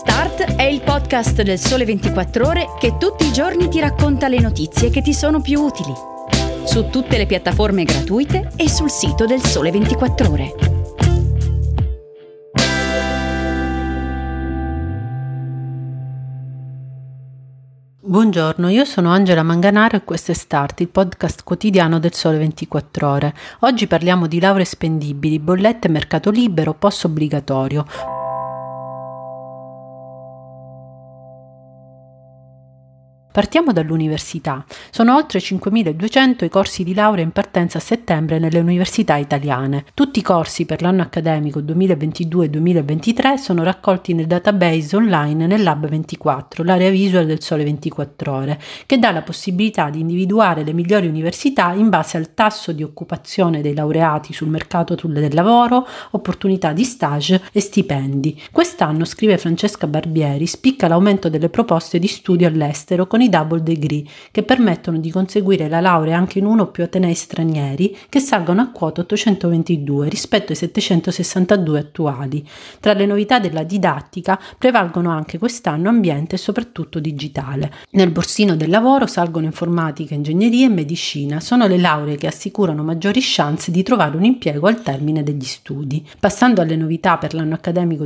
Start è il podcast del Sole 24 Ore che tutti i giorni ti racconta le notizie che ti sono più utili. Su tutte le piattaforme gratuite e sul sito del Sole 24 Ore. Buongiorno, io sono Angela Manganaro e questo è Start, il podcast quotidiano del Sole 24 Ore. Oggi parliamo di lauree spendibili, bollette, mercato libero, post obbligatorio. Partiamo dall'università. Sono oltre 5.200 i corsi di laurea in partenza a settembre nelle università italiane. Tutti i corsi per l'anno accademico 2022-2023 sono raccolti nel database online nel Lab 24, l'area visual del Sole 24 Ore, che dà la possibilità di individuare le migliori università in base al tasso di occupazione dei laureati sul mercato del lavoro, opportunità di stage e stipendi. Quest'anno, scrive Francesca Barbieri, spicca l'aumento delle proposte di studio all'estero con i double degree, che permettono di conseguire la laurea anche in uno o più atenei stranieri, che salgono a quota 822 rispetto ai 762 attuali. Tra le novità della didattica prevalgono anche quest'anno ambiente e soprattutto digitale. Nel borsino del lavoro salgono informatica, ingegneria e medicina. Sono le lauree che assicurano maggiori chance di trovare un impiego al termine degli studi. Passando alle novità per l'anno accademico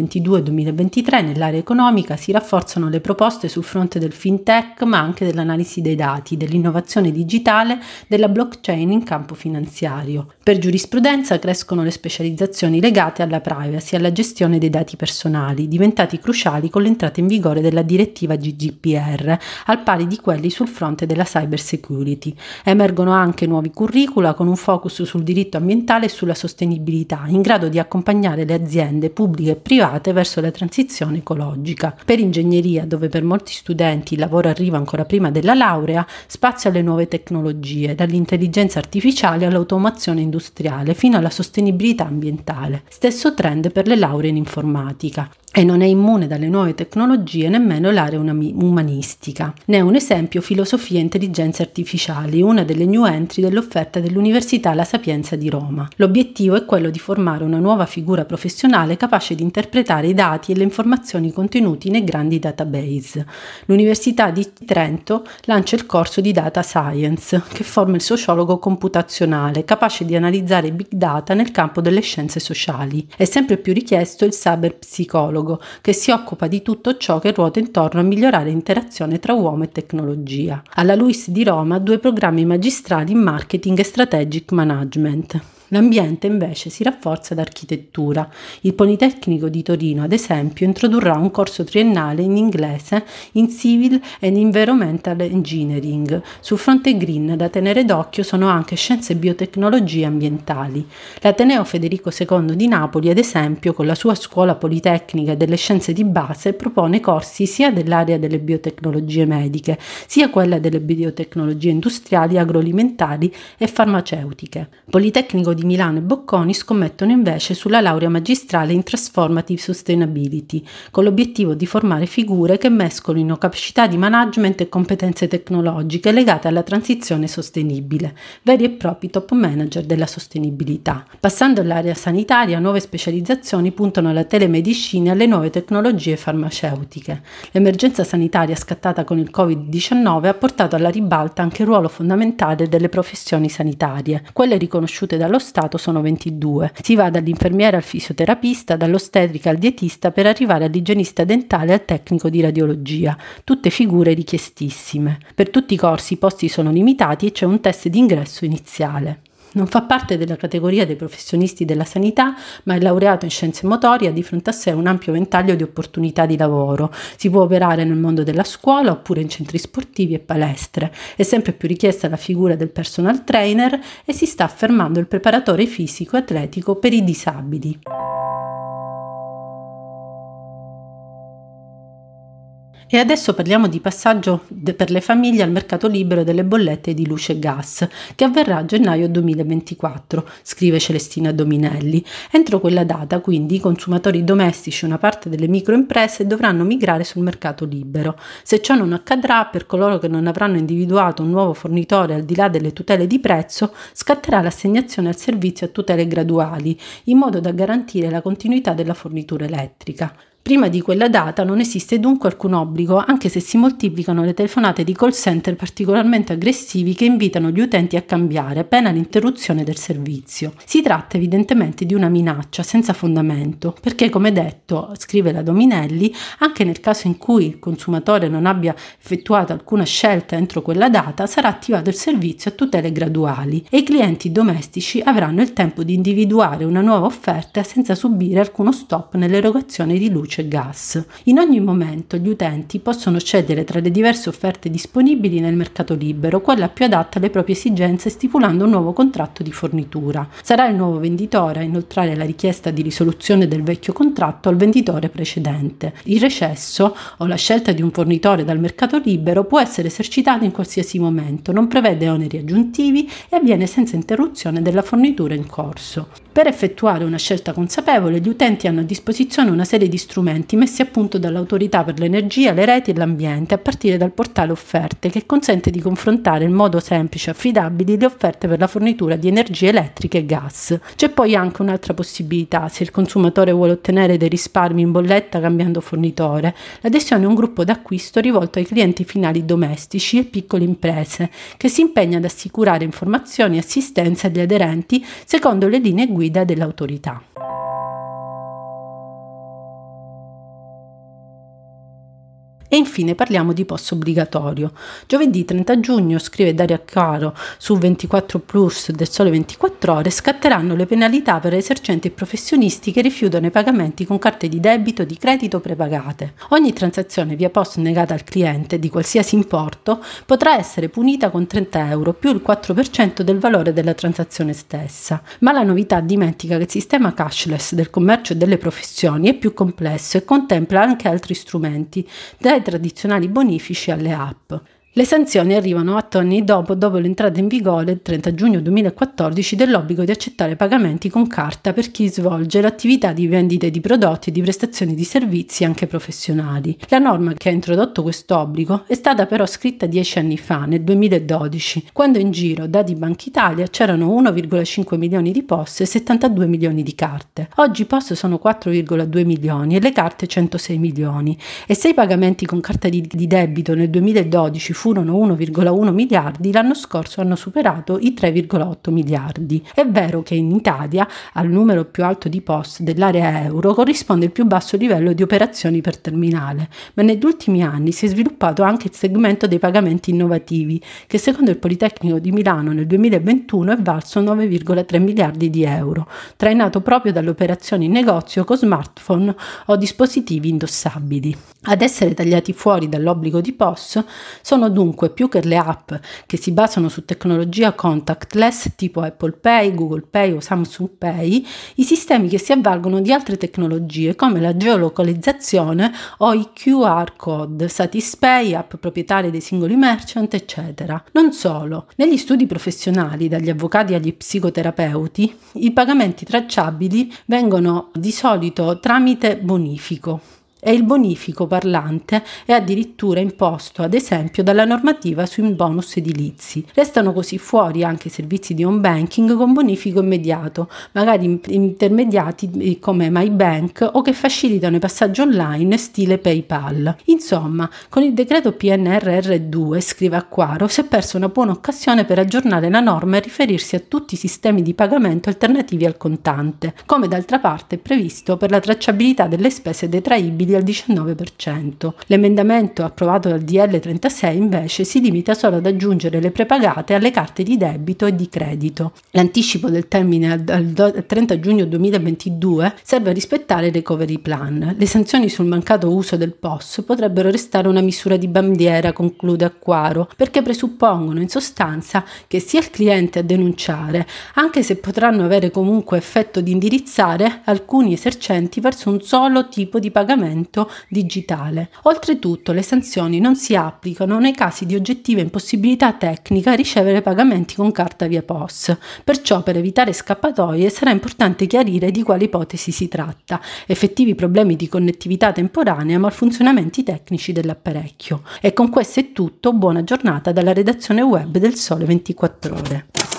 2022-2023, nell'area economica si rafforzano le proposte sul fronte del fintech, ma anche dell'analisi dei dati, dell'innovazione digitale, della blockchain in campo finanziario. Per giurisprudenza crescono le specializzazioni legate alla privacy e alla gestione dei dati personali, diventati cruciali con l'entrata in vigore della direttiva GDPR, al pari di quelli sul fronte della cyber security. Emergono anche nuovi curricula con un focus sul diritto ambientale e sulla sostenibilità, in grado di accompagnare le aziende pubbliche e private verso la transizione ecologica. Per ingegneria, dove per molti studenti il lavoro arriva ancora prima della laurea, spazio alle nuove tecnologie, dall'intelligenza artificiale all'automazione industriale fino alla sostenibilità ambientale. Stesso trend per le lauree in informatica. E non è immune dalle nuove tecnologie nemmeno l'area umanistica. Ne è un esempio filosofia e intelligenze artificiali, una delle new entry dell'offerta dell'Università La Sapienza di Roma. L'obiettivo è quello di formare una nuova figura professionale capace di interpretare i dati e le informazioni contenuti nei grandi database. L'Università di Trento lancia il corso di Data Science, che forma il sociologo computazionale, capace di analizzare big data nel campo delle scienze sociali. È sempre più richiesto il cyberpsicologo, che si occupa di tutto ciò che ruota intorno a migliorare l'interazione tra uomo e tecnologia. Alla LUISS di Roma 2 programmi magistrali in marketing e strategic management. L'ambiente invece si rafforza d'architettura. Il Politecnico di Torino, ad esempio, introdurrà un corso triennale in inglese in Civil and Environmental Engineering. Sul fronte green da tenere d'occhio sono anche scienze e biotecnologie ambientali. L'Ateneo Federico II di Napoli, ad esempio, con la sua scuola politecnica e delle scienze di base, propone corsi sia dell'area delle biotecnologie mediche, sia quella delle biotecnologie industriali, agroalimentari e farmaceutiche. Politecnico di Milano e Bocconi scommettono invece sulla laurea magistrale in Transformative Sustainability, con l'obiettivo di formare figure che mescolino capacità di management e competenze tecnologiche legate alla transizione sostenibile, veri e propri top manager della sostenibilità. Passando all'area sanitaria, nuove specializzazioni puntano alla telemedicina e alle nuove tecnologie farmaceutiche. L'emergenza sanitaria scattata con il Covid-19 ha portato alla ribalta anche il ruolo fondamentale delle professioni sanitarie. Quelle riconosciute dallo Stato sono 22. Si va dall'infermiera al fisioterapista, dall'ostetrica al dietista per arrivare all'igienista dentale e al tecnico di radiologia, tutte figure richiestissime. Per tutti i corsi i posti sono limitati e c'è un test di ingresso iniziale. Non fa parte della categoria dei professionisti della sanità, ma è laureato in scienze motorie, ha di fronte a sé un ampio ventaglio di opportunità di lavoro. Si può operare nel mondo della scuola oppure in centri sportivi e palestre. È sempre più richiesta la figura del personal trainer e si sta affermando il preparatore fisico e atletico per i disabili. E adesso parliamo di passaggio per le famiglie al mercato libero delle bollette di luce e gas, che avverrà a gennaio 2024, scrive Celestina Dominelli. Entro quella data, quindi, i consumatori domestici e una parte delle microimprese dovranno migrare sul mercato libero. Se ciò non accadrà, per coloro che non avranno individuato un nuovo fornitore al di là delle tutele di prezzo, scatterà l'assegnazione al servizio a tutele graduali, in modo da garantire la continuità della fornitura elettrica. Prima di quella data non esiste dunque alcun obbligo, anche se si moltiplicano le telefonate di call center particolarmente aggressivi che invitano gli utenti a cambiare, pena l'interruzione del servizio. Si tratta evidentemente di una minaccia senza fondamento, perché come detto, scrive la Dominelli, anche nel caso in cui il consumatore non abbia effettuato alcuna scelta entro quella data, sarà attivato il servizio a tutele graduali e i clienti domestici avranno il tempo di individuare una nuova offerta senza subire alcuno stop nell'erogazione di luce e gas. In ogni momento gli utenti possono scegliere tra le diverse offerte disponibili nel mercato libero quella più adatta alle proprie esigenze, stipulando un nuovo contratto di fornitura. Sarà il nuovo venditore a inoltrare la richiesta di risoluzione del vecchio contratto al venditore precedente. Il recesso o la scelta di un fornitore dal mercato libero può essere esercitato in qualsiasi momento, non prevede oneri aggiuntivi e avviene senza interruzione della fornitura in corso. Per effettuare una scelta consapevole, gli utenti hanno a disposizione una serie di strumenti messi a punto dall'Autorità per l'Energia, le reti e l'ambiente, a partire dal portale Offerte, che consente di confrontare in modo semplice e affidabile le offerte per la fornitura di energia elettrica e gas. C'è poi anche un'altra possibilità: se il consumatore vuole ottenere dei risparmi in bolletta cambiando fornitore, l'adesione è un gruppo d'acquisto rivolto ai clienti finali domestici e piccole imprese, che si impegna ad assicurare informazioni e assistenza agli aderenti secondo le linee guida dell'autorità. E infine parliamo di POS obbligatorio. Giovedì 30 giugno, scrive Dario Accaro su 24 Plus del Sole 24 Ore, scatteranno le penalità per esercenti e professionisti che rifiutano i pagamenti con carte di debito, di credito prepagate. Ogni transazione via POS negata al cliente di qualsiasi importo potrà essere punita con 30 euro più il 4% del valore della transazione stessa. Ma la novità dimentica che il sistema cashless del commercio e delle professioni è più complesso e contempla anche altri strumenti, dai tradizionali bonifici alle app. Le sanzioni arrivano 8 anni dopo l'entrata in vigore il 30 giugno 2014 dell'obbligo di accettare pagamenti con carta per chi svolge l'attività di vendite di prodotti e di prestazioni di servizi anche professionali. La norma che ha introdotto questo obbligo è stata però scritta 10 anni fa, nel 2012, quando in giro, dati Banca Italia, c'erano 1,5 milioni di POS e 72 milioni di carte. Oggi i POS sono 4,2 milioni e le carte 106 milioni. E se i pagamenti con carta di debito nel 2012 furono 1,1 miliardi, l'anno scorso hanno superato i 3,8 miliardi. È vero che in Italia al numero più alto di POS dell'area euro corrisponde il più basso livello di operazioni per terminale, ma negli ultimi anni si è sviluppato anche il segmento dei pagamenti innovativi, che secondo il Politecnico di Milano nel 2021 è valso 9,3 miliardi di euro, trainato proprio dalle operazioni in negozio con smartphone o dispositivi indossabili. Ad essere tagliati fuori dall'obbligo di POS sono dunque, più che le app che si basano su tecnologia contactless tipo Apple Pay, Google Pay o Samsung Pay, i sistemi che si avvalgono di altre tecnologie come la geolocalizzazione o i QR code, Satispay, app proprietarie dei singoli merchant, eccetera. Non solo, negli studi professionali, dagli avvocati agli psicoterapeuti, i pagamenti tracciabili vengono di solito tramite bonifico. E il bonifico parlante è addirittura imposto, ad esempio, dalla normativa sui bonus edilizi. Restano così fuori anche i servizi di home banking con bonifico immediato, magari intermediati come MyBank o che facilitano i passaggi online stile PayPal. Insomma, con il decreto PNRR2, scrive Acquaro, si è persa una buona occasione per aggiornare la norma e riferirsi a tutti i sistemi di pagamento alternativi al contante, come d'altra parte è previsto per la tracciabilità delle spese detraibili al 19%. L'emendamento approvato dal DL 36 invece si limita solo ad aggiungere le prepagate alle carte di debito e di credito. L'anticipo del termine al 30 giugno 2022 serve a rispettare il recovery plan. Le sanzioni sul mancato uso del POS potrebbero restare una misura di bandiera, conclude Acquaro, perché presuppongono in sostanza che sia il cliente a denunciare, anche se potranno avere comunque effetto di indirizzare alcuni esercenti verso un solo tipo di pagamento digitale. Oltretutto, le sanzioni non si applicano nei casi di oggettiva impossibilità tecnica a ricevere pagamenti con carta via POS. Perciò, per evitare scappatoie, sarà importante chiarire di quale ipotesi si tratta: effettivi problemi di connettività temporanea, malfunzionamenti tecnici dell'apparecchio. E con questo è tutto. Buona giornata dalla redazione web del Sole 24 Ore.